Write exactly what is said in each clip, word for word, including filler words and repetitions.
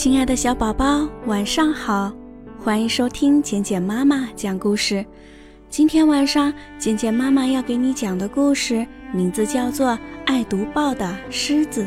亲爱的小宝宝，晚上好，欢迎收听简简妈妈讲故事。今天晚上简简妈妈要给你讲的故事名字叫做《爱读报的狮子》。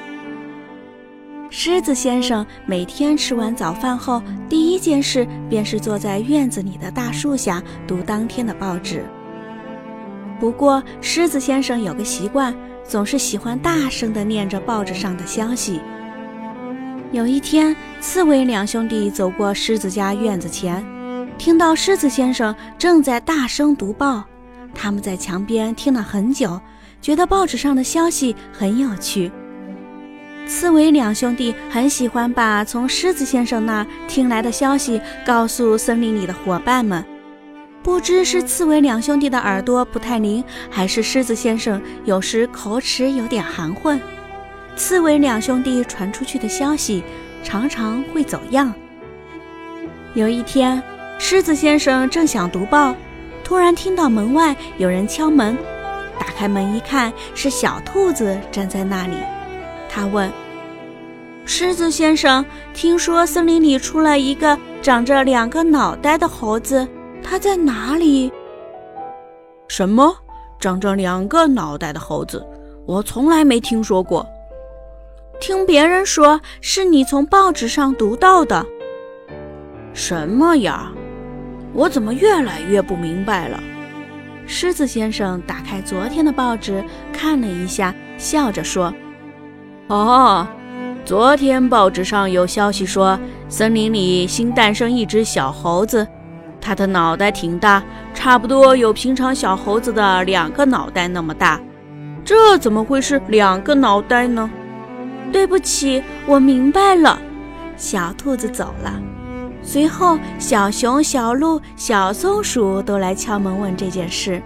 狮子先生每天吃完早饭后，第一件事便是坐在院子里的大树下读当天的报纸。不过狮子先生有个习惯，总是喜欢大声地念着报纸上的消息。有一天，刺猬两兄弟走过狮子家院子前，听到狮子先生正在大声读报。他们在墙边听了很久，觉得报纸上的消息很有趣。刺猬两兄弟很喜欢把从狮子先生那儿听来的消息告诉森林里的伙伴们。不知是刺猬两兄弟的耳朵不太灵，还是狮子先生有时口齿有点含混，刺猬两兄弟传出去的消息常常会走样。有一天，狮子先生正想读报，突然听到门外有人敲门。打开门一看，是小兔子站在那里。他问：狮子先生，听说森林里出了一个长着两个脑袋的猴子，他在哪里？ 什么？长着两个脑袋的猴子？我从来没听说过。 听别人说是你从报纸上读到的。 什么呀？我怎么越来越不明白了？ 狮子先生打开昨天的报纸看了一下，笑着说： 哦，昨天报纸上有消息说，森林里新诞生一只小猴子，它的脑袋挺大，差不多有平常小猴子的两个脑袋那么大。这怎么会是两个脑袋呢？ 对不起，我明白了。小兔子走了。随后，小熊、小鹿、小松鼠都来敲门问这件事。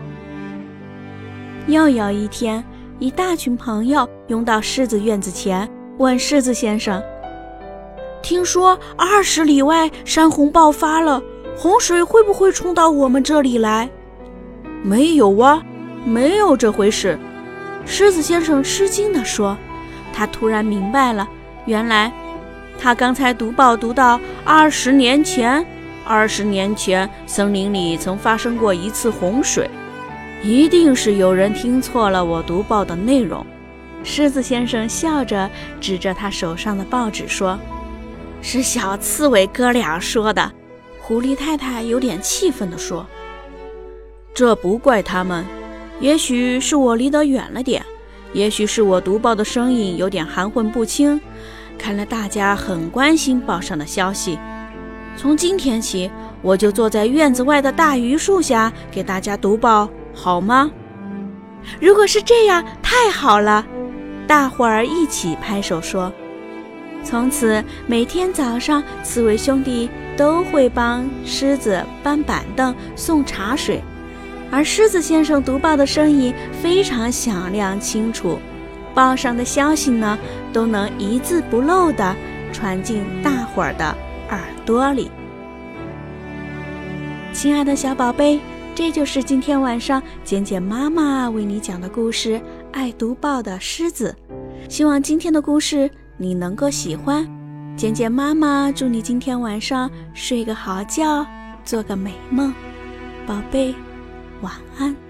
又有一天，一大群朋友拥到狮子院子前，问狮子先生：听说二十里外山洪爆发了，洪水会不会冲到我们这里来？ 没有啊，没有这回事。 狮子先生吃惊地说。他突然明白了，原来他刚才读报读到二十年前，二十年前森林里曾发生过一次洪水， 一定是有人听错了我读报的内容。 狮子先生笑着指着他手上的报纸说：是小刺猬哥俩说的。狐狸太太有点气愤地说： 这不怪他们，也许是我离得远了点，也许是我读报的声音有点含混不清，看来大家很关心报上的消息。从今天起，我就坐在院子外的大榆树下给大家读报，好吗？ 如果是这样，太好了！大伙儿一起拍手说。从此，每天早上，刺猬兄弟都会帮狮子搬板凳、送茶水。而狮子先生读报的声音非常响亮清楚，报上的消息呢，都能一字不漏地传进大伙儿的耳朵里。亲爱的小宝贝，这就是今天晚上简简妈妈为你讲的故事《爱读报的狮子》。希望今天的故事你能够喜欢。简简妈妈祝你今天晚上睡个好觉，做个美梦，宝贝晚安。